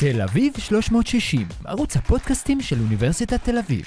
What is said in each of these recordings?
תל אביב 360, ערוץ הפודקאסטים של אוניברסיטת תל אביב.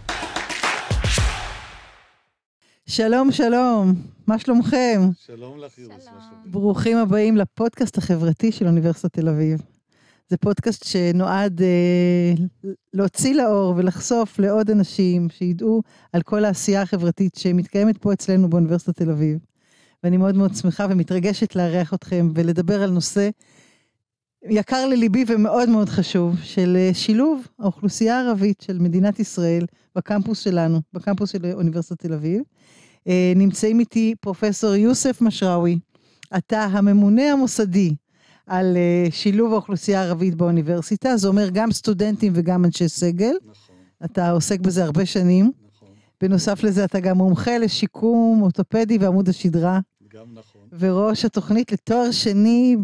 שלום, שלום, מה שלומכם? שלום לך, אירוס, מה שלומך? ברוכים הבאים לפודקאסט החברתי של אוניברסיטת תל אביב. זה פודקאסט שנועד להוציא לאור ולחשוף לעוד אנשים שידעו על כל העשייה החברתית שמתקיימת פה אצלנו באוניברסיטת תל אביב. ואני מאוד מאוד שמחה ומתרגשת לארח אתכם ולדבר על נושא יקר לליבי ומאוד מאוד חשוב, של שילוב האוכלוסייה הערבית של מדינת ישראל בקמפוס שלנו, בקמפוס של אוניברסיטת תל אביב. נמצאים איתי פרופסור יוסף משראוי, אתה הממונה המוסדי על שילוב האוכלוסייה הערבית באוניברסיטה, זה אומר גם סטודנטים וגם אנשי סגל. נכון. אתה עוסק בזה הרבה שנים. נכון. בנוסף לזה אתה גם מומחה לשיקום אורתופדי ועמוד השדרה. גם נכון. וראש התוכנית לתואר שני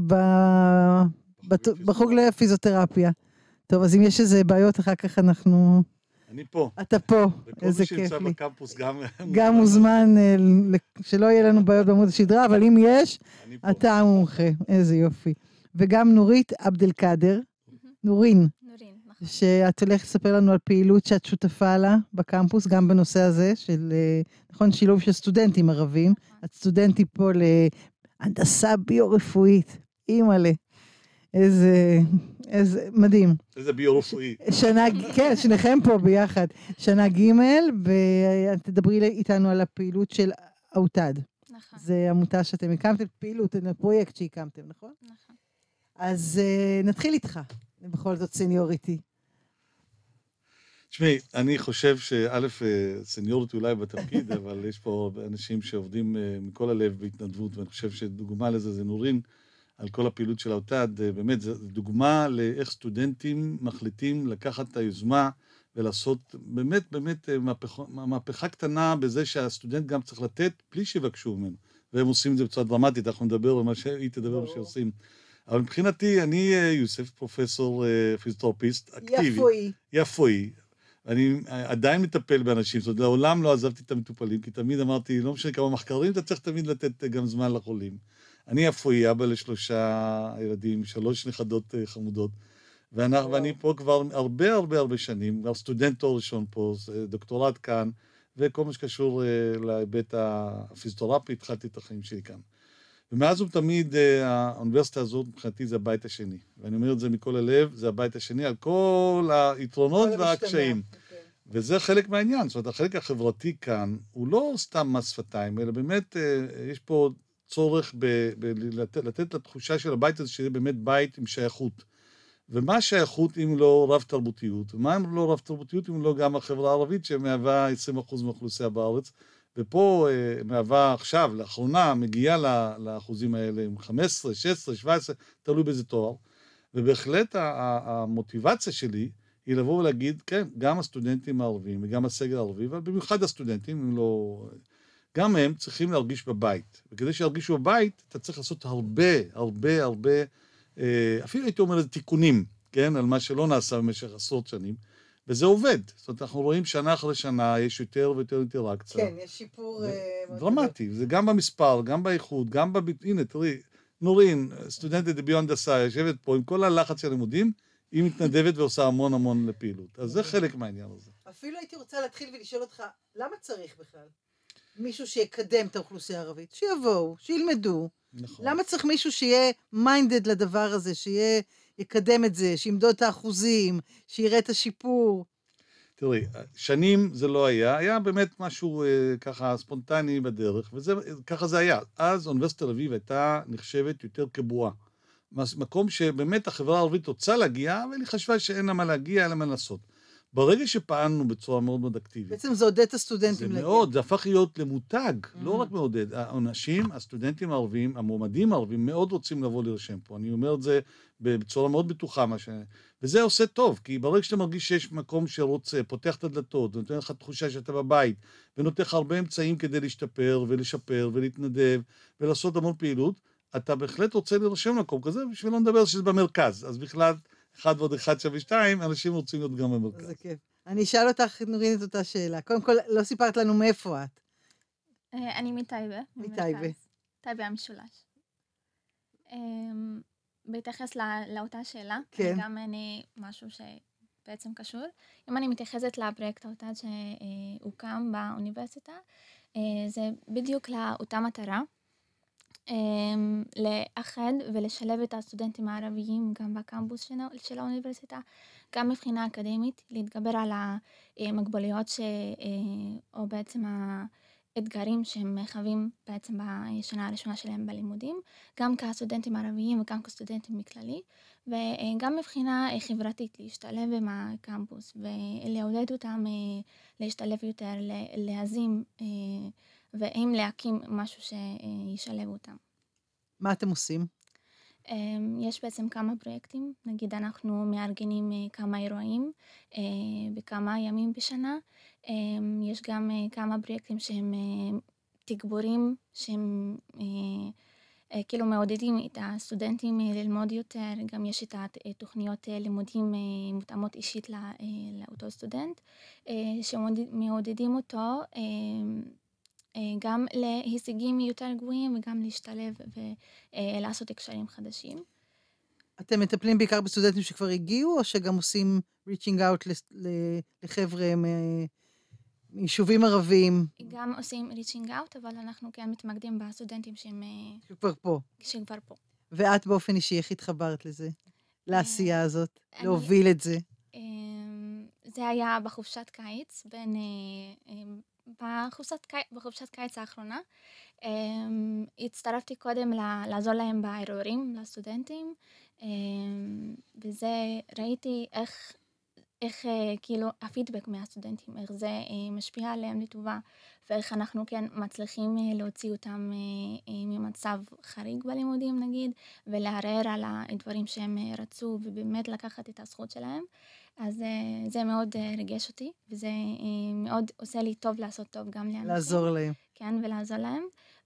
בחוג לפיזיותרפיה. טוב, אז אם יש איזה בעיות, אחר כך אנחנו... אני פה. אתה פה, איזה וכל מי כיף שנמצא לי. בקמפוס גם מוזמן שלא יהיה לנו בעיות בעמוד השדרה, אבל אם יש, אני פה. אתה המומחה, איזה יופי. וגם נורית עבד אל קאדר, נורין, נכון. שאת הולכת לספר לנו על פעילות שאת שותפה לה בקמפוס, גם בנושא הזה של, נכון, שילוב של סטודנטים ערבים. את סטודנטית פה להנדסה ביו-רפואית, אימא'לה. איזה מדהים. איזה ביו-רפואי. כן, שניכם פה ביחד. שנה ג' ואת תדברי איתנו על הפעילות של אוטד. נכון. זה עמותה שאתם הקמתם, פעילות, פרויקט שהקמתם, נכון? נכון. אז נתחיל איתך, בכל זאת סניוריטי. תשמעי, אני חושב שא' סניורית אולי בתפקיד, אבל יש פה אנשים שעובדים מכל הלב בהתנדבות, ואני חושב שדוגמה לזה זה נורין, על כל הפעילות של האוטד, באמת, זו דוגמה לאיך סטודנטים מחליטים לקחת את היוזמה ולעשות באמת מהפכה קטנה בזה שהסטודנט גם צריך לתת בלי שיבקשו ממנו. והם עושים את זה בצורה דרמטית, אנחנו נדבר על מה שהיא תדבר שעושים. אבל מבחינתי, אני יוסף פרופסור פיזיותרפיסט אקטיבי. יפואי. אני עדיין מטפל באנשים, זאת אומרת, לעולם לא עזבתי את המטופלים, כי תמיד אמרתי, לא משנה כמה מחקרים, אתה צריך תמיד לתת גם זמן לחולים. אני יפואי, אבא ל3 ילדים, 3 נכדות חמודות, ואני פה כבר הרבה שנים, כבר סטודנט תואר ראשון פה, דוקטורט כאן, וכל מה שקשור להיבט הפיזיותרפי, התחלתי את החיים שלי כאן. ומאז ותמיד האוניברסיטה הזאת מבחינתי זה הבית השני, ואני אומר את זה מכל הלב, זה הבית השני על כל היתרונות והקשיים. וזה חלק מהעניין, זאת אומרת, החלק החברתי כאן הוא לא סתם מס שפתיים, אלא באמת יש פה צורך לתת לתחושה של הבית הזה שזה באמת בית עם שייכות. ומה השייכות אם לא רב תרבותיות? ומה אם לא רב תרבותיות אם לא גם החברה הערבית שמהווה 20% מהאוכלוסייה בארץ? ופה מהווה עכשיו, לאחרונה, מגיעה לאחוזים האלה עם 15, 16, 17, תלוי באיזה תואר. ובהחלט המוטיבציה שלי היא לבוא ולהגיד, כן, גם הסטודנטים הערבים וגם הסגל הערבי, אבל במיוחד הסטודנטים, אם לא... גם הם צריכים להרגיש בבית. וכדי שירגישו בבית, אתה צריך לעשות הרבה, אפילו הייתי אומר לזה תיקונים, כן, על מה שלא נעשה במשך עשרות שנים, וזה עובד. זאת אומרת, אנחנו רואים שנה אחרי שנה, יש יותר ויותר אינטראקציה. כן, יש שיפור... דרמטי, זה גם במספר, גם באיכות, גם הנה, תראי, נורין, סטודנטית ביו-הנדסה, יושבת פה עם כל הלחץ של לימודים, היא מתנדבת ועושה המון לפעילות. אז זה חלק מהעניין הזה. אפילו הייתי רוצה להתחיל ולשאול אותך, למה צריך בכלל? מישהו שיקדם את האוכלוסייה הערבית, שיבואו, שילמדו. נכון. למה צריך מישהו שיהיה מיינדד לדבר הזה, יקדם את זה, שימדוד את האחוזים, שיראה את השיפור? תראי, שנים זה לא היה באמת משהו ככה ספונטני בדרך, וככה זה היה. אז אוניברסיטת תל אביב הייתה נחשבת יותר כבועה. מקום שבאמת החברה הערבית רוצה להגיע, אבל היא חשבה שאין לה מה להגיע, אין לה מה לעשות. ברגע שפעלנו בצורה מאוד מאוד אקטיבית. בעצם זה עודד את הסטודנטים להגיע. זה מאוד, זה הפך להיות למותג, לא רק מעודד. האנשים, הסטודנטים הערבים, המועמדים הערבים, מאוד רוצים לבוא להירשם פה. אני אומר את זה בצורה מאוד בטוחה, וזה עושה טוב, כי ברגע שאתה מרגיש שיש מקום שרוצה, פותח את הדלתות, ונותן לך תחושה שאתה בבית, ונותן לך הרבה אמצעים כדי להשתפר ולשפר ולהתנדב, ולעשות המון פעילות, אתה בהחלט רוצה להירשם למקום כזה, בשביל לא לדבר שזה במרכז. אז בכלל, 1 ועוד 1 שווה 2, אנשים רוצים להיות גם במרכז. זה כיף. אני אשאל אותך, נורין, את אותה שאלה. קודם כל, לא סיפרת לנו מאיפה את. אני מטייבה. מטייבה. טייבה המשולש. בהתייחס לאותה שאלה, כן. גם אני משהו שבעצם קשור. אם אני מתייחסת לפרויקט האוטד שהוקם באוניברסיטה, זה בדיוק לאותה מטרה, לאחד ולשלב את הסטודנטים הערביים גם בקמפוס של האוניברסיטה, גם מבחינה אקדמית, להתגבר על המגבלויות או בעצם האתגרים שהם חווים בעצם בשנה הראשונה שלהם בלימודים, גם כסטודנטים ערביים וגם כסטודנטים בכללי, וגם מבחינה חברתית להשתלב עם הקמפוס ולעודד אותם להשתלב יותר, להזים ואם להקים משהו שישלב אותם. מה אתם עושים? יש בעצם כמה פרויקטים, נגיד אנחנו מארגנים כמה אירועים בכמה ימים בשנה, יש גם כמה פרויקטים שהם תגבורים, שהם כאילו מעודדים את הסטודנטים ללמוד יותר, גם יש את התוכניות לימודים מותאמות אישית לאותו סטודנט, שמעודדים אותו גם להישגים יותר גבוהים וגם להשתלב ולעשות הקשרים חדשים. אתם מטפלים בעיקר בסטודנטים שכבר הגיעו, או שגם עושים reaching out לחבר'ה מיישובים ערביים? גם עושים reaching out, אבל אנחנו כן מתמקדים בסטודנטים שכבר פה. שכבר פה. ואת באופן אישי, איך התחברת לזה? לעשייה הזאת? להוביל את זה? זה היה בחופשת קיץ, בחופשת קיץ האחרונה, הצטרפתי קודם לעזור להם בערעורים לסטודנטים, וזה ראיתי איך כאילו הפידבק מהסטודנטים, איך זה משפיע עליהם לטובה, ואיך אנחנו כן מצליחים להוציא אותם ממצב חריג בלימודים נגיד, ולערער על הדברים שהם רצו, ובאמת לקחת את הזכות שלהם. אז זה מאוד רגש אותי, וזה מאוד עושה לי טוב לעשות טוב גם לאנשים. לעזור להם. כן, ולעזור להם.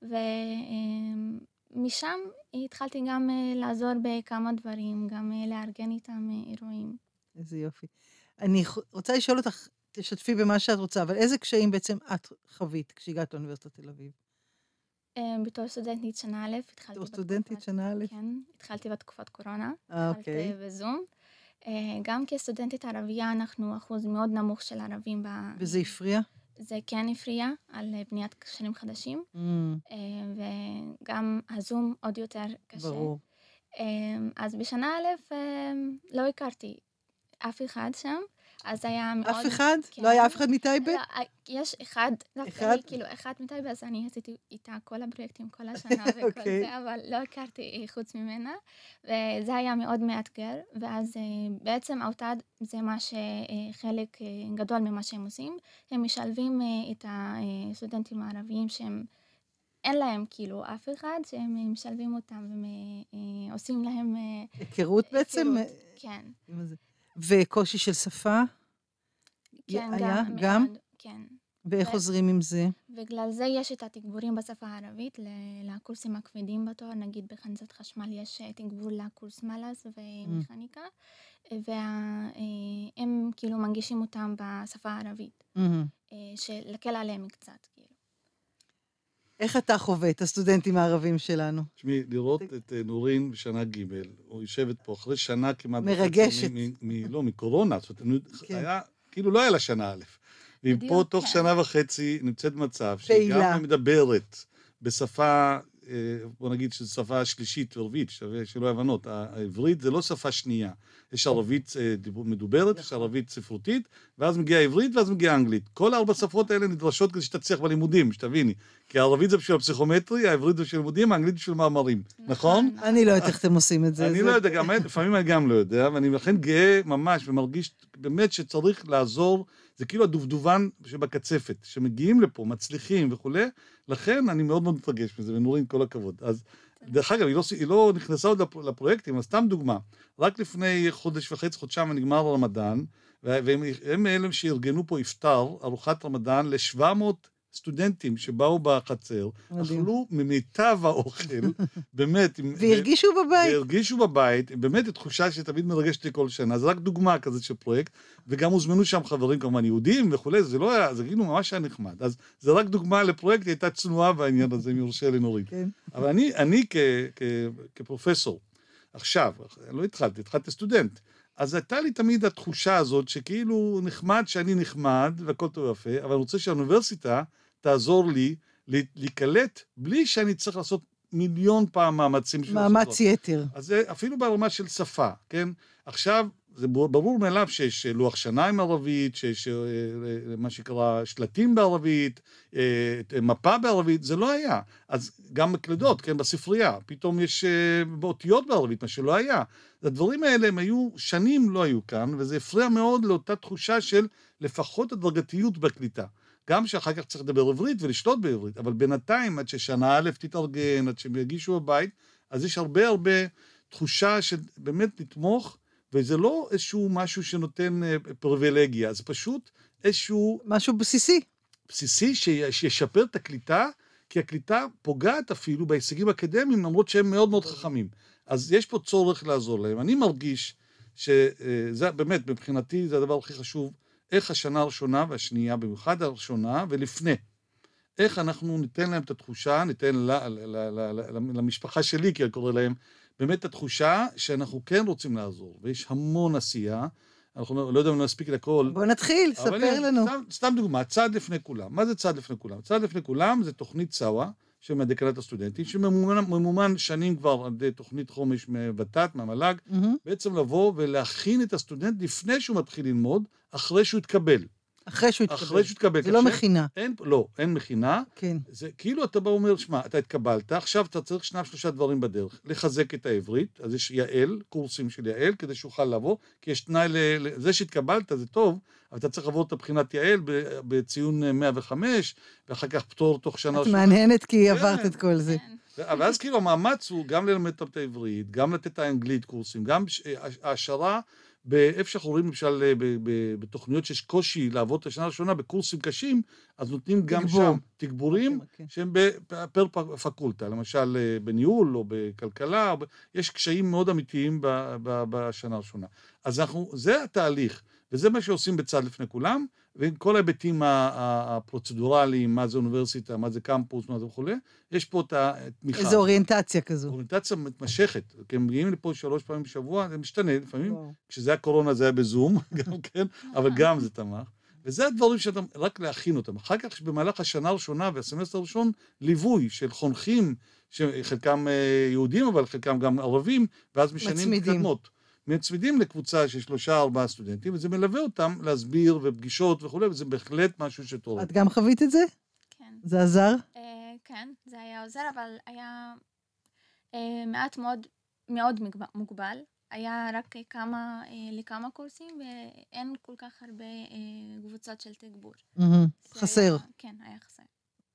ומשם התחלתי גם לעזור בכמה דברים, גם לארגן איתם אירועים. איזה יופי. אני רוצה לשאול אותך, תשתפי במה שאת רוצה, אבל איזה קשיים בעצם את חווית כשהגעת לאוניברסיטת תל אביב? בתור סטודנטית שנה א', התחלתי בתור סטודנטית שנה א'? כן, התחלתי בתקופת קורונה. אוקיי. התחלתי בזום. גם כסטודנטית ערבייה, אנחנו אחוז מאוד נמוך של ערבים. וזה הפריע? זה כן הפריע על בניית קשרים חדשים, וגם הזום עוד יותר קשה. ברור. אז בשנה א' לא הכרתי אף אחד שם, אז היה מאוד... אף אחד? כן. לא היה אף אחד מטייבה? לא, יש אחד, אחד? כאילו אחד מטייבה, אז אני עשיתי איתה כל הפרויקטים כל השנה וכל זה, אבל לא הכרתי חוץ ממנה, וזה היה מאוד מאתגר, ואז בעצם האוטד זה מה שחלק גדול ממה שהם עושים, הם משלבים את הסטודנטים הערביים שהם אין להם כאילו אף אחד, שהם משלבים אותם ועושים להם... היכרות בעצם? כן. וקושי של שפה? כן, גם? מאוד, כן. ואיך עוזרים עם זה? בגלל זה יש את התגבורים בשפה הערבית לקורסים הכבדים בתואר, נגיד בחנזת חשמל יש תגבור לקורס מלס ומכניקה, והם כאילו מנגישים אותם בשפה הערבית, שלקל עליהם קצת, כאילו. איך אתה חווה את הסטודנטים הערבים שלנו? תשמעי, לראות את נורין בשנה ג' או יושבת פה אחרי שנה כמעט... מרגשת. לא, מקורונה, זאת אומרת, היה, כאילו לא היה לה שנה א'. והיא פה תוך שנה וחצי נמצאת במצב שהיא גם מדברת בשפה, בוא נגיד שזו שפה שלישית ורביעית, שלא הבנות. העברית זה לא שפה שנייה. יש ערבית מדוברת, יש ערבית ספרותית, ואז מגיעה עברית ואז מגיעה אנגלית. כל 4 שפות האלה נדרשות כדי שתצליח בלימודים, שתביני. כי הערבית זה בשביל הפסיכומטרי, העברית זה בשביל לימודים, האנגלית בשביל מאמרים. נכון? אני לא יודעת איך אתם עושים את זה. אני לא יודע, לפעמים אני גם לא יודע, ואני לכן גאה ממש ומרגיש באמת שצריך לעזור, זה כאילו הדובדובן שבקצפת, שמגיעים לפה, מצליחים וכו', לכן אני מאוד מאוד מתרגש מזה, ונורין כל הכבוד. אז דרך אגב, היא לא נכנסה עוד לפרויקטים, אז סתם דוגמה, רק לפני חודש וחצי, חודשיים נגמר הרמדאן, והם אלה שארגנו פה iftar, ארוחת רמדאן, ל-700 סטודנטים שבאו בחצר, אכלו ממיטב האוכל, באמת. והרגישו בבית. והרגישו בבית, באמת תחושה שתמיד מרגשת לי כל שנה, זה רק דוגמה כזאת של פרויקט, וגם הוזמנו שם חברים כמובן יהודים וכו', זה לא היה, זה כאילו ממש היה נחמד, אז זה רק דוגמה לפרויקט, הייתה צנועה בעניין הזה, אם יורשה לי נורית. אבל אני כפרופסור, עכשיו, לא התחלתי סטודנט. אז הייתה לי תמיד התחושה הזאת שכאילו נחמד שאני נחמד, והכל טוב ויפה, אבל אני רוצה שהאוניברסיטה תעזור לי להיקלט בלי שאני צריך לעשות מיליון פעם מאמצים. מאמץ יתר. אז זה אפילו ברמה של שפה, כן? עכשיו, זה ברור מאליו שיש לוח שנה עם ערבית, שיש מה שקרא שלטים בערבית, מפה בערבית, זה לא היה. אז גם מקלדות, כן, בספרייה, פתאום יש באותיות בערבית, מה שלא היה. הדברים האלה הם היו, שנים לא היו כאן, וזה הפריע מאוד לאותה תחושה של לפחות הדרגתיות בקליטה. גם שאחר כך צריך לדבר עברית ולשלוט בעברית, אבל בינתיים, עד ששנה א' תתארגן, עד שהם יגישו הבית, אז יש הרבה תחושה שבאמת לתמוך, וזה לא איזשהו משהו שנותן פריבילגיה, זה פשוט איזשהו... משהו בסיסי. בסיסי שישפר את הקליטה, כי הקליטה פוגעת אפילו בהישגים אקדמיים, למרות שהם מאוד מאוד חכמים. אז יש פה צורך לעזור להם. אני מרגיש שזה באמת, מבחינתי, זה הדבר הכי חשוב, איך השנה הראשונה והשנייה, במיוחד הראשונה ולפני. איך אנחנו ניתן להם את התחושה, ניתן למשפחה שלי, כי אני קורא להם, באמת את התחושה שאנחנו כן רוצים לעזור, ויש המון עשייה, אנחנו לא יודעים אם נספיק לכל. בוא נתחיל, ספר לנו. סתם דוגמה, צעד לפני כולם. מה זה צעד לפני כולם? צעד לפני כולם זה תוכנית סאווה, שמדקלת הסטודנטים, שממומן שנים כבר על ידי תוכנית חומש מוות"ת, מהמל"ג, בעצם לבוא ולהכין את הסטודנט לפני שהוא מתחיל ללמוד, אחרי שהוא יתקבל. אחרי שהוא יתקבל. זה לא מכינה. לא, אין מכינה. כן. זה כאילו אתה בא אומר, שמע, אתה התקבלת, עכשיו אתה צריך 2-3 דברים בדרך. לחזק את העברית, אז יש יעל, קורסים של יעל, כדי שאוכל לבוא, כי יש תנאי זה שהתקבלת, זה טוב, אבל אתה צריך לעבור את הבחינת יעל בציון 105, ואחר כך פטור תוך שנה. את מעניינת כי עברת את כל זה. אבל אז כאילו המאמץ הוא גם ללמד את העברית, גם לתת האנגלית קורסים, גם העשרה, באיפה שאנחנו רואים למשל בתוכניות שיש קושי לעבוד את השנה הראשונה בקורסים קשים, אז נותנים גם שם תגבורים שהם פר פקולטה, למשל בניהול או בכלכלה, יש קשיים מאוד אמיתיים בשנה הראשונה. אז זה התהליך, וזה מה שעושים בצד לפני כולם, וכל ההיבטים הפרוצדורליים, מה זה אוניברסיטה, מה זה קמפוס, מה זה וכו', יש פה את התמיכה. איזו אוריינטציה כזו. אוריינטציה מתמשכת, כי הם מגיעים לפה 3 פעמים בשבוע, זה משתנה לפעמים, כשזה היה קורונה זה היה בזום, גם כן, אבל גם זה תמך. וזה הדברים שאתה רק להכין אותם. אחר כך במהלך השנה הראשונה והסמסטר הראשון, ליווי של חונכים, שחלקם יהודים, אבל חלקם גם ערבים, ואז משנים קדמות. מצמידים לקבוצה של 3-4 סטודנטים, וזה מלווה אותם להסביר ופגישות וכו', וזה בהחלט משהו שתורם. את גם חווית את זה? כן. זה עזר? כן, זה היה עוזר, אבל היה מעט מאוד מוגבל. היה רק לכמה קורסים, ואין כל כך הרבה קבוצות של תגבור. חסר. כן, היה חסר.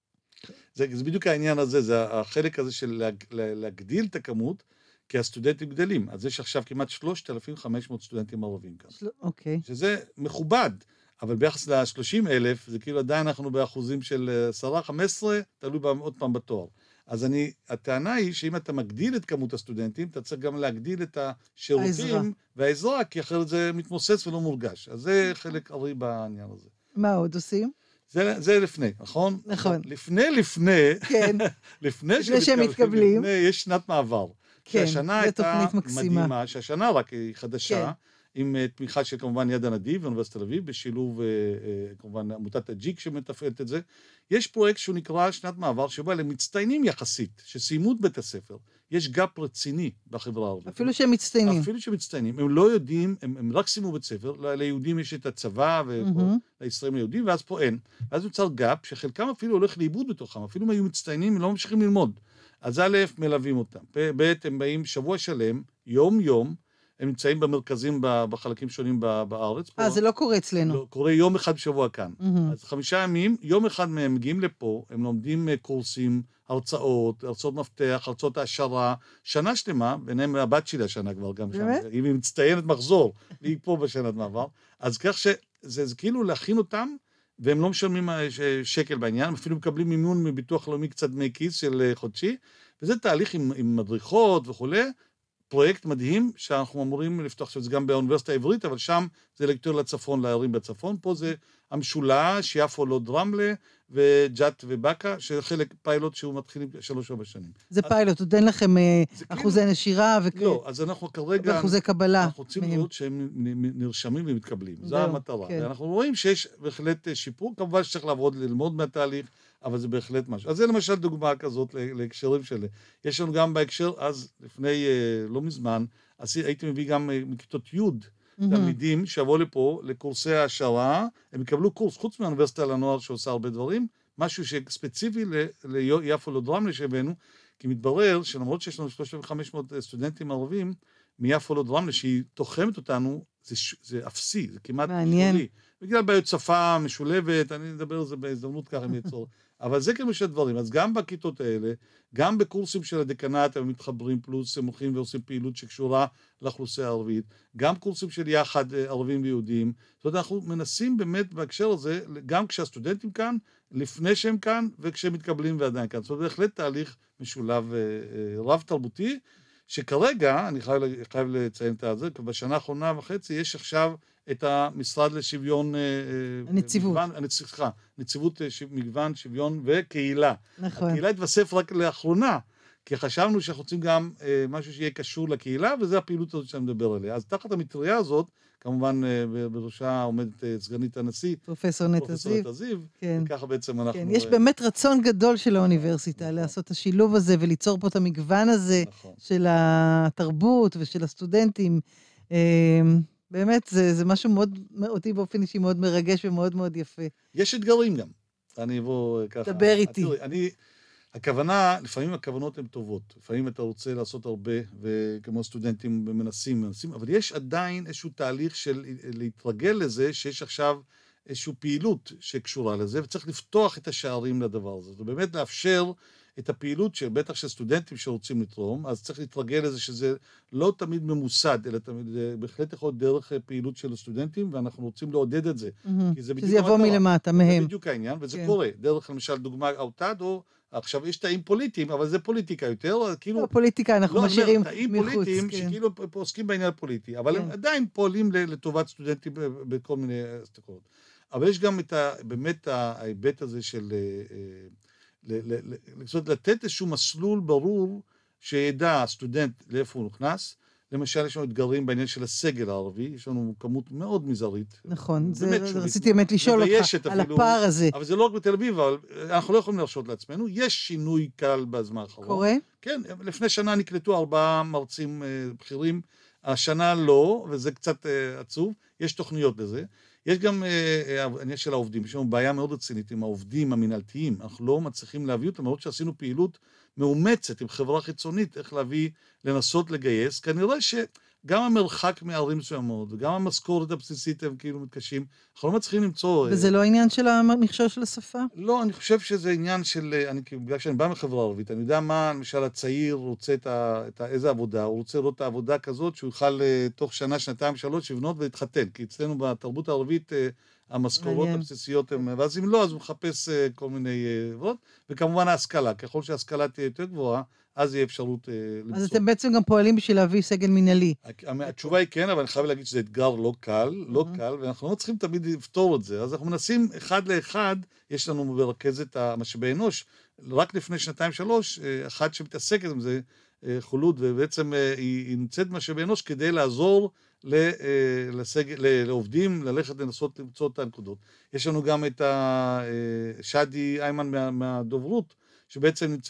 זה בדיוק העניין הזה, זה החלק הזה של להגדיל את הכמות, כי הסטודנטים גדלים. אז יש עכשיו כמעט 3,500 סטודנטים ערבים כאן. אוקיי. שזה מכובד, אבל ביחס ל-30,000, זה כאילו עדיין אנחנו באחוזים של 10-15, תלוי עוד פעם בתואר. אז הטענה היא שאם אתה מגדיל את כמות הסטודנטים, אתה צריך גם להגדיל את השירותים והעזרה, כי אחרת זה מתמוסס ולא מורגש. אז זה חלק ארי בעניין הזה. מה עוד עושים? זה לפני, נכון? נכון. לפני, כן. לפני שהם מתקבלים. יש שנת מעבר. כן, שהשנה הייתה מדהימה, שהשנה רק היא חדשה, עם תמיכה של כמובן יד הנדיב, אוניברסיטת תל אביב, בשילוב כמובן עמותת הג'יק שמתפעלת את זה. יש פרויקט שהוא נקרא שנת מעבר, שבא למצטיינים יחסית, שסיימו את בית הספר. יש גאפ רציני בחברה הערבית. אפילו שהם מצטיינים. אפילו שהם מצטיינים. הם לא יודעים, הם רק סיימו בית ספר, ליהודים יש את הצבא, ולישראלים היהודים, ואז פה אין. ואז נוצר גאפ, שחלקם אפילו הולך לאיבוד בתוכם, אפילו אם היו מצטיינים, הם לא ממשיכים ללמוד. אז א', מלווים אותם. ב', הם באים שבוע שלם, יום, הם נמצאים במרכזים בחלקים שונים בארץ. זה לא קורה אצלנו. לא, קורה יום אחד בשבוע כאן. אז 5 ימים, יום אחד מהם מגיעים לפה, הם לומדים קורסים, הרצאות מפתח, הרצאות העשרה, שנה שלמה, ביניהם הבת שלי השנה כבר גם שם. היא מצטיינת מחזור, והיא פה בשנת מעבר. אז כך שזה כאילו להכין אותם, והם לא משלמים שקל בעניין, אפילו מקבלים מימון מביטוח לאומי קצת דמי כיס של חודשי, וזה תהליך עם מדריכות וכו', פרויקט מדהים שאנחנו אמורים לפתוח, שזה גם באוניברסיטה העברית, אבל שם זה יותר לצפון, לערים בצפון, פה זה המשולש, יפו לוד רמלה, וג'ת ובקה, שחלק פיילוט שהוא מתחיל 3-4 שנים. זה פיילוט, עוד אין לכם אחוזי נשירה לא, אז אנחנו כרגע... ואחוזי קבלה. אנחנו רוצים לראות שהם נרשמים ומתקבלים. זו המטרה. ואנחנו רואים שיש בהחלט שיפור, כמובן שצריך לעבוד, ללמוד מהתהליך, אבל זה בהחלט משהו. אז זה למשל דוגמה כזאת להקשרים שלי. יש לנו גם בהקשר, אז לפני לא מזמן, הייתי מביא גם מכיתות י' תלמידים שיבואו לפה לקורסי העשרה, הם יקבלו קורס, חוץ מהאוניברסיטה לנוער שעושה הרבה דברים, משהו ספציפי ליפו לוד רמלה שהבאנו, כי מתברר שלמרות שיש לנו 3,500 סטודנטים ערבים, מיפו לוד רמלה שהיא תוחמת אותנו, זה אפסי, זה כמעט שולי. בגלל בעיות שפה משולבת, אני אדבר על זה בהזדמנות ככה מיצור. אבל זה כמו שהדברים, אז גם בכיתות האלה, גם בקורסים של הדקנט, הם מתחברים פלוס, הם הולכים ועושים פעילות שקשורה לאוכלוסייה הערבית, גם קורסים של יחד ערבים ויהודים, זאת אומרת, אנחנו מנסים באמת בהקשר הזה, גם כשהסטודנטים כאן, לפני שהם כאן, וכשהם מתקבלים ועדיין כאן. זאת אומרת, בהחלט תהליך משולב רב תרבותי, שכרגע, אני חייב לציין את זה, בשנה האחרונה וחצי, יש עכשיו את המשרד לשוויון... נציבות מגוון, שוויון וקהילה. נכון. הקהילה התווסף רק לאחרונה, כי חשבנו שאנחנו רוצים גם משהו שיהיה קשור לקהילה, וזה הפעילות הזאת שאני מדבר עליה. אז תחת המטריה הזאת, כמובן בראשה עומדת סגנית הנשיא, פרופסור נטע זיו, וככה בעצם אנחנו... כן, יש באמת רצון גדול של האוניברסיטה לעשות את השילוב הזה, וליצור פה את המגוון הזה של התרבות ושל הסטודנטים. באמת, זה משהו מאוד, אותי באופן אישי מאוד מרגש ומאוד מאוד יפה. יש אתגרים גם. אני אבוא ככה... דבר איתי. הכוונה, לפעמים הכוונות הן טובות. לפעמים אתה רוצה לעשות הרבה, וכמו סטודנטים מנסים, אבל יש עדיין איזשהו תהליך של להתרגל לזה, שיש עכשיו איזושהי פעילות שקשורה לזה, וצריך לפתוח את השערים לדבר הזה. זה באמת לאפשר את הפעילות של בטח של סטודנטים שרוצים לתרום, אז צריך להתרגל לזה שזה לא תמיד ממוסד, אלא תמיד, בהחלט יכול להיות דרך פעילות של הסטודנטים, ואנחנו רוצים לעודד את זה. שזה יבוא מלמטה, מהם. זה בדיוק העניין, וזה קורה. דרך למשל דוגמה אוטד, או עכשיו יש תאים פוליטיים, אבל זה פוליטיקה יותר, כאילו... לא, פוליטיקה, אנחנו משאירים מחוץ. תאים פוליטיים שכאילו עוסקים בעניין הפוליטי, אבל הם עדיין פועלים לטובת סטודנטים בכל מיני סתקורות. אבל יש גם באמת ההיבט הזה של... לתת איזשהו מסלול ברור שידע הסטודנט לאיפה הוא נכנס. למשל, יש לנו אתגרים בעניין של הסגל הערבי, יש לנו כמות מאוד מזערית. נכון, רציתי באמת לשאול אותך על הפער הזה. אבל זה לא רק בתל אביב, אבל אנחנו לא יכולים להרשות לעצמנו. יש שינוי קל בזמן האחרון. קורה? כן, לפני שנה נקלטו 4 מרצים בכירים, השנה לא, וזה קצת עצוב, יש תוכניות לזה. יש גם העניין של העובדים, יש לנו בעיה מאוד רצינית עם העובדים המנהלתיים, אנחנו לא מצליחים להביא אותם, למרות שעשינו פעילות מאומצת עם חברה חיצונית, איך לנסות לגייס, כנראה שגם המרחק מערים מסוימות, וגם המשכורת הבסיסית הם כאילו מתקשים, אנחנו לא מצליחים למצוא... וזה לא עניין של המכשול של השפה? לא, אני חושב שזה עניין של, בגלל שאני בא מחברה ערבית, אני יודע מה, למשל הצעיר רוצה איזה עבודה, הוא רוצה לראות את העבודה כזאת, שהוא יוכל תוך שנה, שנתיים, 3, לבנות ולהתחתן, כי אצלנו בתרבות הערבית, המשכורות הבסיסיות הן, ואז אם לא, אז הוא מחפש כל מיני עבודות, וכמובן ההשכלה, ככל שההשכלה תהיה יותר גבוהה, אז יהיה אפשרות למצוא. אז אתם בעצם גם פועלים בשביל להביא סגל מנהלי. התשובה היא כן, אבל אני חייב להגיד שזה אתגר לא קל, ואנחנו לא צריכים תמיד לפתור את זה. אז אנחנו מנסים אחד לאחד, יש לנו ברכזת המשאבי אנוש, רק לפני 2-3, אחד שמתעסקת עם זה, חולוד, ובעצם היא נמצאת משאבי אנוש כדי לעזור לעובדים, ללכת לנסות למצוא את הנקודות. יש לנו גם את שדי איימן מהדוברות, שבעצם נמצא,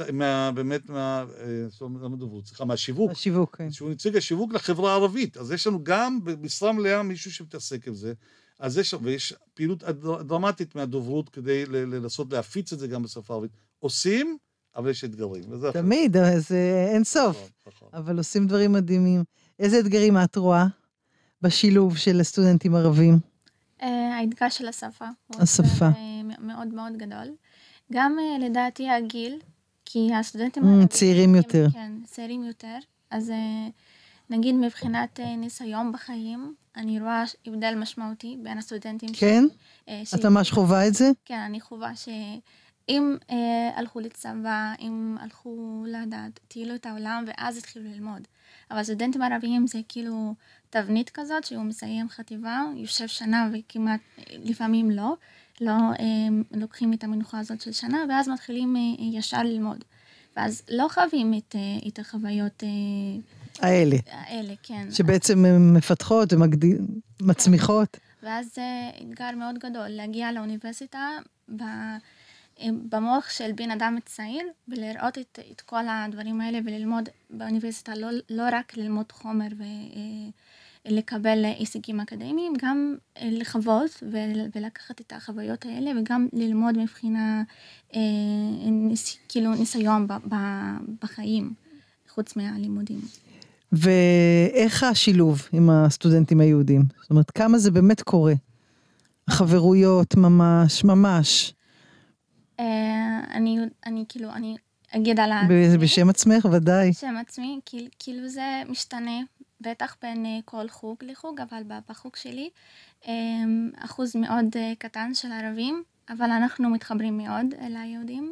מהשיווק. השיווק, כן. שהוא נציג השיווק לחברה הערבית. אז יש לנו גם במשרה מלאה מישהו שמתעסק עם זה. אז ויש פעילות דרמטית מהדוברות כדי לנסות להפיץ את זה גם בשפה הערבית. עושים, אבל יש אתגרים. תמיד, זה אין סוף. אבל עושים דברים מדהימים. איזה אתגרים את רואה בשילוב של הסטודנטים ערבים? האתגר של השפה. השפה. מאוד מאוד גדול. גם לדעתי הגיל, כי הסטודנטים... צעירים יותר. כן, צעירים יותר. אז נגיד מבחינת ניסיון בחיים, אני רואה הבדל משמעותי בין הסטודנטים. כן? את ממש חובה את זה? כן, אני חובה שאם הלכו לצבא, אם הלכו לדעת, טיילו את העולם, ואז התחילו ללמוד. אבל סטודנטים ערביים זה כאילו תבנית כזאת, שהוא מסיים חטיבה, יושב שנה וכמעט, לפעמים לא לוקחים את המנוחה הזאת של שנה, ואז מתחילים ישר ללמוד. ואז לא חווים את החוויות האלה, כן. שבעצם הן מפתחות ומצמיחות. ואז זה אתגר מאוד גדול, להגיע לאוניברסיטה במוח של בן אדם צעיר, ולראות את כל הדברים האלה, וללמוד באוניברסיטה, לא רק ללמוד חומר ולקבל הישגים אקדמיים, גם לחוות ולקחת את החוויות האלה, וגם ללמוד מבחינה, כאילו ניסיון בחיים, חוץ מהלימודים. ואיך השילוב עם הסטודנטים היהודים? זאת אומרת, כמה זה באמת קורה? חברויות ממש. אני אגיד על זה בשם עצמך, ודאי. בשם עצמי, כאילו זה משתנה, בטח בין כל חוג לחוג, אבל בחוג שלי, אחוז מאוד קטן של ערבים, אבל אנחנו מתחברים מאוד ליהודים.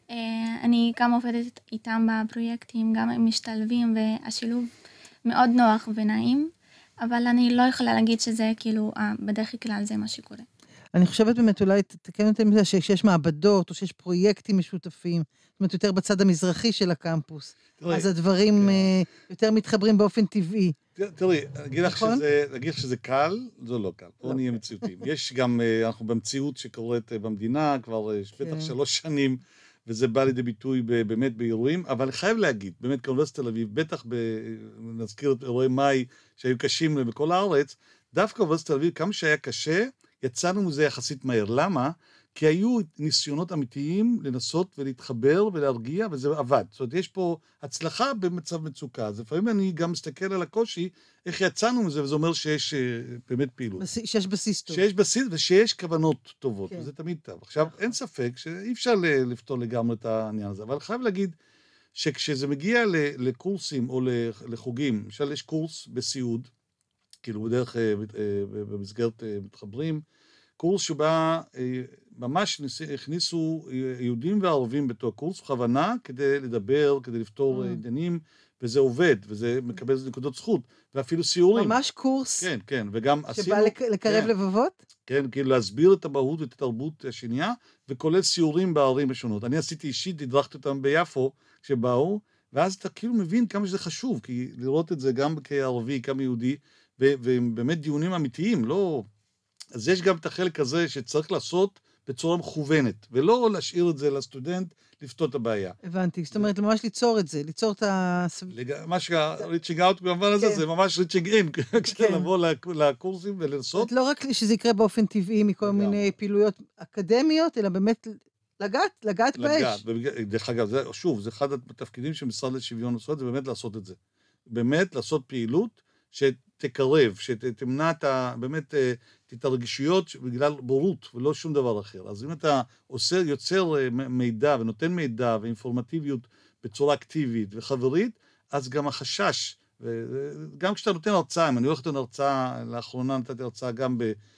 אני גם עובדת איתם בפרויקטים, גם הם משתלבים, והשילוב מאוד נוח ונעים, אבל אני לא יכולה להגיד שזה כאילו, בדרך כלל זה מה שקורה. אני חושבת באמת, אולי תתקן אותם מזה, שיש מעבדות, או שיש פרויקטים משותפים, זאת אומרת, יותר בצד המזרחי של הקמפוס. אז הדברים יותר מתחברים באופן טבעי. תראי, להגיד שזה קל, זה לא קל. פה נהיה מציאותיים. יש גם, אנחנו במציאות שקורית במדינה, כבר בטח 3 שנים, וזה בא לידי ביטוי באמת באירועים, אבל חייב להגיד, באמת כאוניברסיטת תל אביב, בטח נזכיר את אירועי מאי שהיו קשים בכל הארץ, דווקא אוניברסיטת תל אביב, כמה שהיה קשה, יצאנו מזה יחסית מהר. למה? כי היו ניסיונות אמיתיים לנסות ולהתחבר ולהרגיע, וזה עבד. זאת אומרת, יש פה הצלחה במצב מצוקה. אז לפעמים אני גם מסתכל על הקושי, איך יצאנו מזה, וזה אומר שיש באמת פעילות. שיש בסיס טוב. שיש בסיס ושיש כוונות טובות, וזה תמיד טוב. עכשיו, אין ספק שאי אפשר לפתור לגמרי את העניין הזה, אבל חייב להגיד שכשזה מגיע לקורסים או לחוגים, למשל יש קורס בסיעוד, כאילו בדרך במסגרת מתחברים, קורס שבה ממש הכניסו יהודים וערבים בתור קורס בכוונה כדי לדבר, כדי לפתור עניינים, וזה עובד, וזה מקבל נקודות זכות, ואפילו סיורים. ממש קורס? כן, כן, וגם שבא לקרב לבבות? כן, כאילו להסביר את המהות ואת התרבות השנייה, וכולל סיורים בערים השונות. אני עשיתי אישית, הדרכתי אותם ביפו, כשבאו, ואז אתה כאילו מבין כמה שזה חשוב, כי לראות את זה גם כערבי, גם יהודי, ובאמת דיונים אמיתיים, לא... אז יש גם את החלק הזה שצריך לעשות בצורה מכוונת, ולא להשאיר את זה לסטודנט לפתור את הבעיה. הבנתי, זאת אומרת, ממש ליצור את זה, ליצור את ה... מה שריצ'ינג אאוט במובן הזה, זה ממש ריצ'ינג אין, כשאתה לבוא לקורסים ולנסות. לא רק שזה יקרה באופן טבעי מכל מיני פעילויות אקדמיות, אלא באמת לגעת באש. דרך אגב, שוב, זה אחד התפקידים של משרד לשוויון זכויות, זה באמת לעשות את זה. באמת לעשות פעילות שתקרב, שתמנע באמת את הרגישויות בגלל בורות ולא שום דבר אחר. אז אם אתה יוצר מידע ונותן מידע ואינפורמטיביות בצורה אקטיבית וחברית, אז גם החשש, גם כשאתה נותן הרצאה, אם אני הולך לתת הרצאה, לאחרונה נתתי הרצאה גם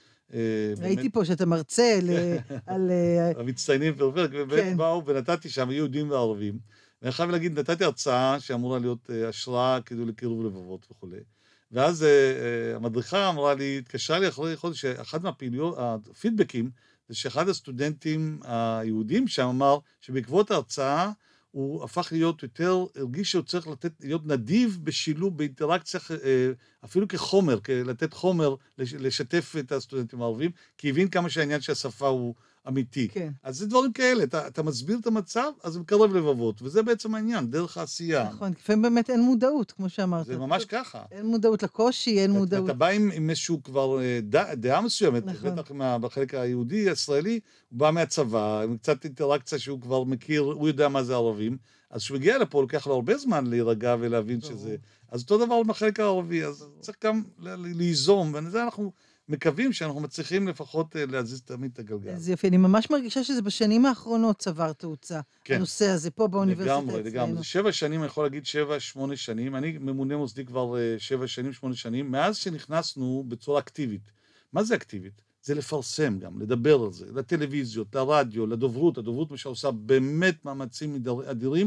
ראיתי פה שאתה מרצה על... המצטיינים פרפרק, ובאמת באו ונתתי שם יהודים וערבים, ואני חייב להגיד, נתתי הרצאה שאמורה להיות השראה כדי לקירוב לבבות וכו'. ואז המדריכה אמרה לי, התקשרה לי אחרי חודש, שאחד מהפעילויות, הפידבקים, זה שאחד הסטודנטים היהודים שם אמר, שבעקבות ההרצאה, הוא הפך להיות יותר, הרגיש שהוא צריך להיות נדיב בשילוב, באינטראקציה, אפילו כחומר, לתת חומר, לשתף את הסטודנטים הערבים, כי הבין כמה שהעניין שהשפה הוא אמיתי. כן. אז זה דברים כאלה, אתה מסביר את המצב, אז זה מקרב לבבות, וזה בעצם העניין, דרך העשייה. נכון, לפעמים באמת אין מודעות, כמו שאמרת. זה ממש ככה. אין מודעות לקושי, אין מודעות. אתה בא עם איזשהו כבר דעה מסוימת, בטח בחלק היהודי, הישראלי, הוא בא מהצבא, עם קצת אינטראקציה שהוא כבר מכיר, הוא יודע מה זה ערבים, אז כשהוא מגיע לפה, לוקח לו הרבה זמן להירגע ולהבין שזה... אז אותו דבר בחלק הערבי, אז צריך גם ליזום, וזה אנחנו מקווים שאנחנו מצליחים לפחות להזיז תמיד את הגלגל. אז יופי, אני ממש מרגישה שזה בשנים האחרונות צבר תאוצה. כן. הנושא הזה פה באוניברסיטה אצלנו. לגמרי. 7 שנים, אני יכול להגיד 7-8 שנים. אני ממונה מוסדי כבר 7 שנים, 8 שנים. מאז שנכנסנו בצורה אקטיבית. מה זה אקטיבית? זה לפרסם גם, לדבר על זה, לטלוויזיות, לרדיו, לדוברות. הדוברות מה שעושה באמת מאמצים אדירים,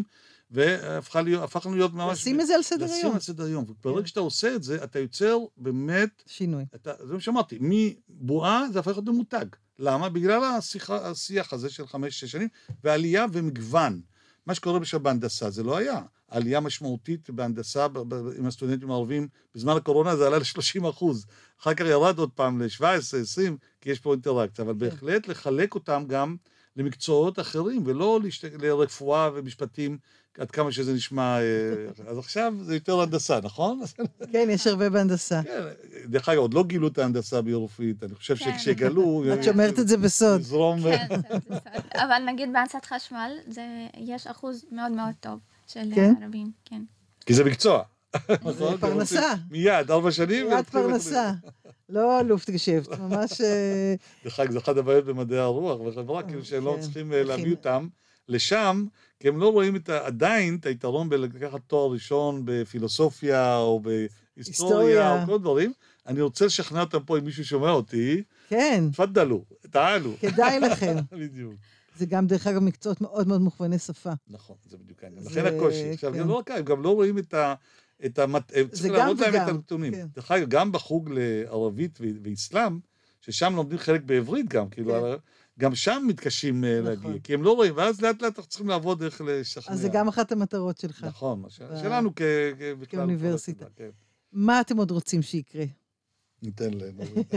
והפכנו להיות ממש... לשים את זה על סדר לשים היום. על סדר היום. וברגע שאתה עושה את זה, אתה יוצר באמת... שינוי. זה מה שאמרתי, מבועה זה הפך להיות למותג. למה? בגלל השיח הזה של 5-6 שנים, ועלייה ומגוון. מה שקורה בהנדסה, זה לא היה. עלייה משמעותית בהנדסה עם הסטודנטים הערבים, בזמן הקורונה זה עלה ל-30%. אחר כך ירד עוד פעם ל-17-20, כי יש פה אינטראקציה, אבל בהחלט לחלק אותם גם למקצועות אחרים, ולא לרפואה ומשפטים, עד כמה שזה נשמע, אז עכשיו זה יותר הנדסה, נכון? כן, יש הרבה בהנדסה. כן, דרך אגב, עוד לא גילו את ההנדסה ביורופית, אני חושב שכשגלו... את שומרת את זה בסוד. כן, זה בסוד. אבל נגיד בהנדסת חשמל, יש אחוז מאוד מאוד טוב של ערבים, כן. כי זה מקצוע. זה פרנסה. מיד, 4 שנים. מיד פרנסה. לא לופטגשפט, ממש... דרך אגב, זה אחד הבעיות במדעי הרוח וחברה, כאילו שהם לא צריכים להביא אותם לשם, כי הם לא רואים עדיין את היתרון בלקחת תואר ראשון בפילוסופיה או בהיסטוריה או כל דברים. אני רוצה לשכנע אותם פה אם מישהו שומע אותי. כן. תפדלו, תעלו. כדאי לכם. בדיוק. זה גם דרך אגב מקצועות מאוד מאוד מוכווני שפה. נכון, זה בדיוק העניין. לכן הקושי. עכשיו, לא רק, הם גם לא רואים צריך להראות להם את הנתונים. דרך אגב, גם בחוג לערבית ואסלאם, ששם לומדים חלק בעברית גם, כאילו, גם שם מתקשים להגיע, כי הם לא רואים, ואז לאט לאט אנחנו צריכים לעבוד איך לשכנע. אז זה גם אחת המטרות שלך. נכון, שלנו כאוניברסיטה. מה אתם עוד רוצים שיקרה? ניתן להם.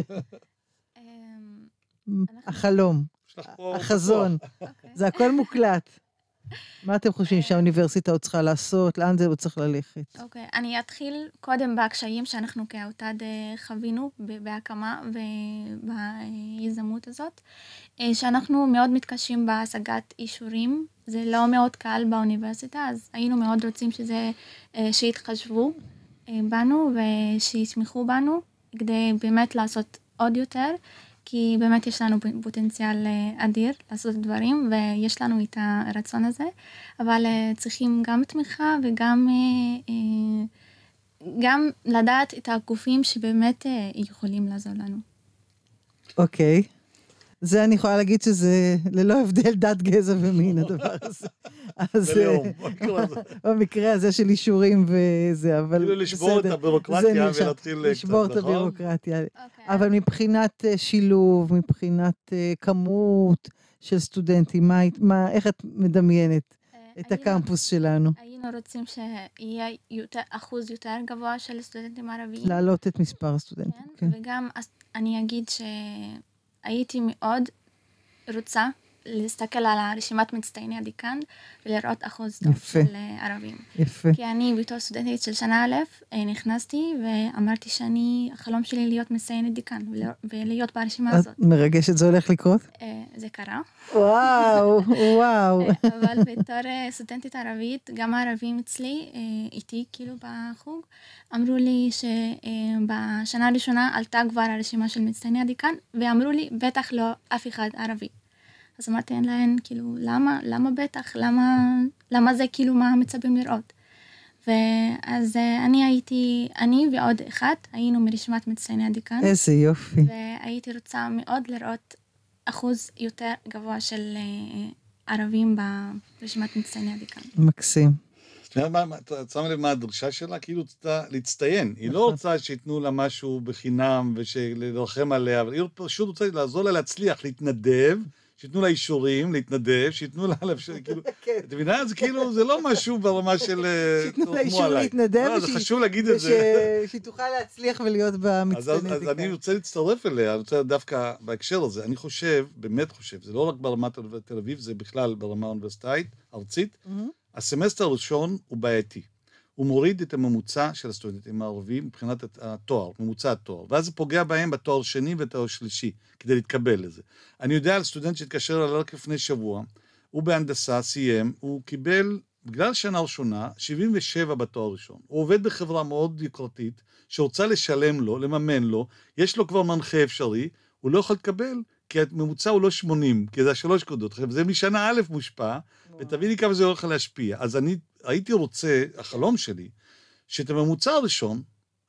החלום, החזון, זה הכל מוקלט. מה אתם חושבים שהאוניברסיטה עוד צריכה לעשות? לאן זה עוד צריך ללכת? אוקיי, אני אתחיל קודם בקשיים שאנחנו כאוטד חווינו בהקמה וביזמות הזאת, שאנחנו מאוד מתקשים בהשגת אישורים, זה לא מאוד קל באוניברסיטה, אז היינו מאוד רוצים שיתחשבו בנו ושיתמכו בנו, כדי באמת לעשות עוד יותר, כי באמת יש לנו פוטנציאל אדיר לעשות דברים, ויש לנו את הרצון הזה, אבל צריכים גם תמיכה וגם גם לדעת את הגופים שבאמת יכולים לעזור לנו. אוקיי. זה אני יכולה להגיד שזה ללא הבדל דת, גזע ומין, הדבר הזה. אז במקרה הזה של אישורים וזה, אבל כאילו לשבור את הבירוקרטיה ולהתחיל לשבור את הבירוקרטיה. אבל מבחינת שילוב, מבחינת כמות של סטודנטים, איך את מדמיינת את הקמפוס שלנו? היינו רוצים שיהיה אחוז יותר גבוה של סטודנטים ערביים. להעלות את מספר הסטודנטים, כן. וגם אני אגיד הייתי מאוד רוצה להסתכל על הרשימת מצטייני הדיקן ולראות אחוז טוב של ערבים. יפה. כי אני בתור סטודנטית של שנה א' נכנסתי ואמרתי החלום שלי להיות מצטיינת דיקן ולהיות ברשימה הזאת. מרגשת, זה הולך לקרות? זה קרה. וואו, וואו. אבל בתור סטודנטית ערבית, גם הערבים אצלי, איתי כאילו בחוג, אמרו לי שבשנה הראשונה עלתה כבר הרשימה של מצטייני הדיקן, ואמרו לי, בטח לא אף אחד ערבי. אז אמרתי להן, כאילו, למה בטח? למה זה כאילו מה מצפים לראות? ואז אני ועוד אחד, היינו מרשימת מצטייני הדיקן. איזה יופי. והייתי רוצה מאוד לראות אחוז יותר גבוה של ערבים ברשימת מצטייני הדיקן. מקסים. את שמה לב מה הדרישה שלה? כאילו להצטיין. היא לא רוצה שיתנו לה משהו בחינם ולרחם עליה, אבל היא פשוט רוצה לעזור לה להצליח, להתנדב, שיתנו לה אישורים, להתנדב, שיתנו לה, כאילו, את מבינה? זה כאילו, זה לא משהו ברמה של... שיתנו לה אישור להתנדב, זה חשוב להגיד את זה. שהיא תוכל להצליח ולהיות במצטייני דיקן. אז אני רוצה להצטרף אליה, אני רוצה דווקא בהקשר הזה, אני חושב, באמת חושב, זה לא רק ברמת תל אביב, זה בכלל ברמה האוניברסיטאית, ארצית, הסמסטר הראשון הוא בעייתי. הוא מוריד את הממוצע של הסטודנטים הערבים מבחינת התואר, ממוצע התואר, ואז זה פוגע בהם בתואר שני ותואר שלישי, כדי להתקבל לזה. אני יודע על סטודנט שהתקשר אליו רק לפני שבוע, הוא בהנדסה, סיים, הוא קיבל, בגלל שנה ראשונה, 77 בתואר ראשון. הוא עובד בחברה מאוד יוקרתית, שרוצה לשלם לו, לממן לו, יש לו כבר מנחה אפשרי, הוא לא יכול לקבל, כי הממוצע הוא לא 80, כי זה 3 נקודות, זה משנה א' מושפע, ותביא לי כמה זה הולך להשפיע. אז אני הייתי רוצה, החלום שלי, שאת הממוצע הראשון,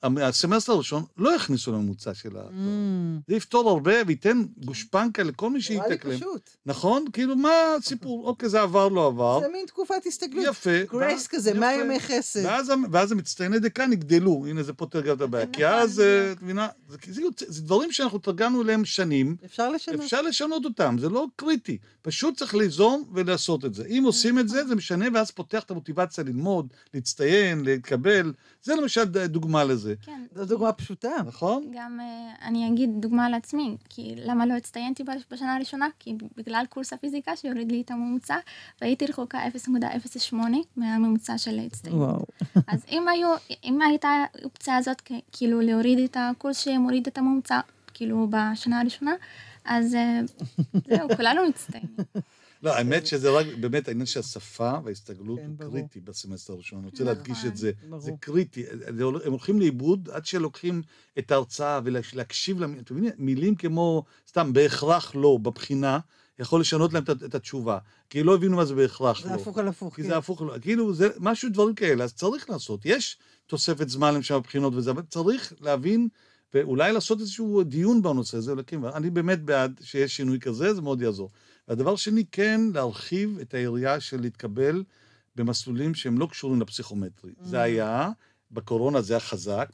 הסמסטר הראשון לא יכניסו לממוצע של התואר. זה יפתור הרבה וייתן גושפנקה לכל מי שיתקלם. נראה לי פשוט. נכון? כאילו, מה הסיפור? אוקיי, זה עבר, לא עבר. זה מין תקופת הסתגלות. יפה. גרייס כזה, 100 ימי חסד. ואז המצטייני דקן יגדלו. הנה, זה פותר גם את הבעיה. כי אז, תבינה, זה דברים שאנחנו תרגלנו אליהם שנים. אפשר לשנות אותם, זה לא קריטי. פשוט צריך ליזום ולעשות את זה. אם עושים את זה, זה משנה, ואז פותח את המוטיבציה ללמוד, להצטיין, להתקבל. זה למשל דוגמה לזה. כן. זו דוגמה פשוטה. נכון? גם אני אגיד דוגמה על עצמי, כי למה לא הצטיינתי בשנה הראשונה? כי בגלל קורס הפיזיקה שיוריד לי את הממוצע, והייתי רחוקה 0.08 מהממוצע של ההצטיינות. וואו. אז אם הייתה האופציה הזאת, כאילו להוריד את הקורס שמוריד את הממוצע, כאילו בשנה הראשונה, אז זהו, כולנו מצטיינים. לא, האמת שזה רק באמת העניין שהשפה וההסתגלות הוא קריטי בסמסטר הראשון. אני רוצה להדגיש את זה. זה קריטי. הם הולכים לאיבוד עד שלוקחים את ההרצאה ולהקשיב להם. אתם מבינים, מילים כמו, סתם, בהכרח לא, בבחינה, יכול לשנות להם את התשובה. כי לא הבינו מה זה בהכרח לא. זה הפוך על הפוך. כי זה הפוך על הפוך. כאילו, זה משהו, דברים כאלה, אז צריך לעשות. יש תוספת זמן למשל בבחינות וזה, אבל צריך להבין ואולי לעשות איזשהו דיון בנושא הזה. אני באמת בעד שיש שינוי כזה, זה מאוד יעזור. והדבר שני, כן, להרחיב את היריעה של להתקבל במסלולים שהם לא קשורים לפסיכומטרי. זה היה, בקורונה זה היה חזק,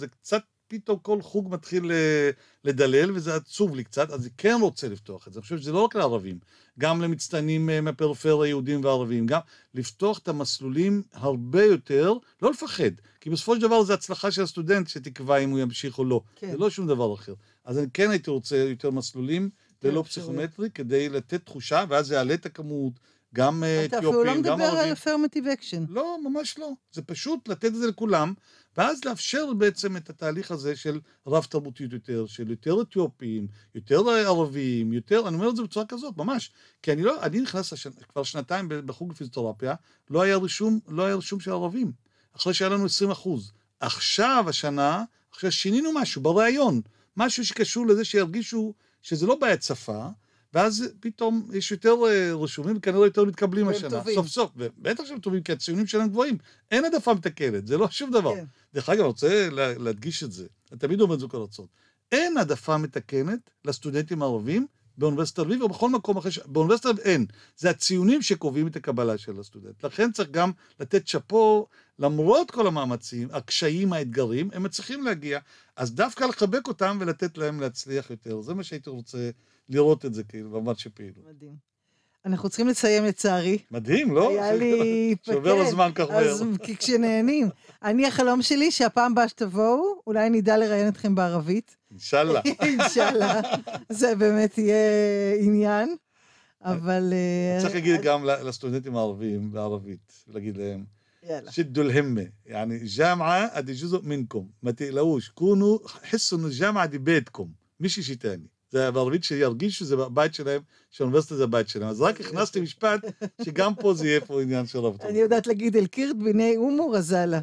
פתאום כל חוג מתחיל לדלל, וזה עצוב לי קצת, אז אני כן רוצה לפתוח את זה. אני חושב שזה לא רק לערבים, גם למצטיינים מהפריפריה, יהודים וערבים, גם לפתוח את המסלולים הרבה יותר, לא לפחד, כי בסופו של דבר זה הצלחה של הסטודנט שתקבע אם הוא ימשיך או לא. זה לא שום דבר אחר. אז אני כן הייתי רוצה יותר מסלולים, ללא פסיכומטרי, כדי לתת תחושה, ואז זה יעלה את הכמות, גם אתיופים, גם ערבים. אתה אפילו לא מדבר על affirmative action. לא, ממש לא. זה פשוט לתת את זה לכולם, ואז לאפשר בעצם את התהליך הזה של רב תרבותיות יותר, של יותר אתיופים, יותר ערבים, יותר, אני אומר את זה בצורה כזאת, ממש. כי אני נכנס כבר שנתיים בחוג לפיזיותרפיה, לא היה רישום של ערבים, אחרי שהיה לנו 20%. עכשיו, השנה, אחרי שינינו משהו, ברעיון, משהו שקשור לזה שירגישו שזה לא בעיית שפה, ואז פתאום יש יותר רשומים, וכנראה יותר מתקבלים השנה. סוף סוף, ובטח שהם טובים, כי הציונים שלהם גבוהים. אין העדפה מתקנת, זה לא שום דבר. דרך אגב, אני רוצה להדגיש את זה. אני תמיד אומר את זה כל הרצון. אין העדפה מתקנת לסטודנטים הערבים באוניברסיטת תל אביב, או בכל מקום אחר, באוניברסיטת אין. זה הציונים שקובעים את הקבלה של הסטודנט. לכן צריך גם לתת שפו, למרות כל המאמצים, הקשיים, האתגרים, הם מצליחים להגיע, אז דווקא לחבק אותם ולתת להם להצליח יותר. זה מה שהייתי רוצה לראות את זה, כאילו, במובן שפעילו. מדהים. אנחנו צריכים לסיים לצערי. מדהים, לא? היה לי... שעובר הזמן כך מהר. אז כשנהנים. החלום שלי שהפעם הבאה שתבואו, אולי נדע לראיין אתכם בערבית. אינשאללה. אינשאללה. זה באמת יהיה עניין, אבל... צריך להגיד גם לסטודנטים הערבים בערבית, להגיד להם, شدوا الهمة يعني الجامعة هذه جزء منكم ما تقلقوش كونوا حسوا إن الجامعة دي بيتكم مش شيء تاني זה בערבית שירגישו שזה בית שלהם, שהאוניברסיטה זה הבית שלהם. אז רק הכנסתי משפט שגם פה זה יהיה פה עניין של רב טוב. אני יודעת להגיד אל-קירד ביני אומו רזאלה.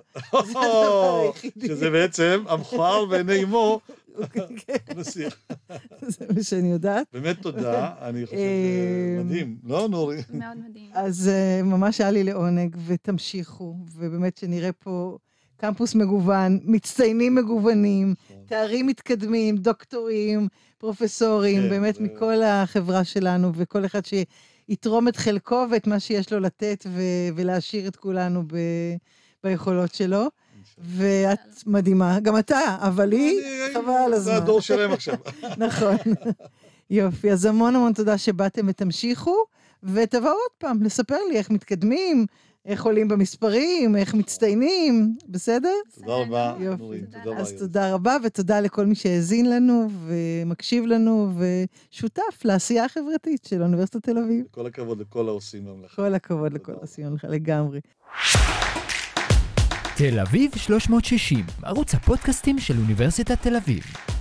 שזה בעצם המכוער בעיני אמו. נסיך. זה מה שאני יודעת. באמת תודה, אני חושב מדהים, לא נורי? מאוד מדהים. אז ממש היה לי לעונג, ותמשיכו, ובאמת שנראה פה קמפוס מגוון, מצטיינים מגוונים, תארים מתקדמים, דוקטורים, פרופסורים, באמת מכל החברה שלנו, וכל אחד שיתרום את חלקו ואת מה שיש לו לתת, ולהשאיר את כולנו ביכולות שלו. ואת מדהימה, גם אתה, אבל היא חבל על הזמן. זה הדור שלהם עכשיו. נכון. יופי, אז המון תודה שבאתם ותמשיכו, ותבואו עוד פעם לספר לי איך מתקדמים, איך עולים במספרים, איך מצטיינים, בסדר? תודה רבה, נורית, תודה רבה. אז תודה רבה, ותודה לכל מי שהאזין לנו, ומקשיב לנו, ושותף לעשייה החברתית של אוניברסיטת תל אביב. כל הכבוד לכל העושים במלאכה. כל הכבוד לכל העושים במלאכה, לגמרי. תל אביב 360, ערוץ הפודקאסטים של אוניברסיטת תל אביב.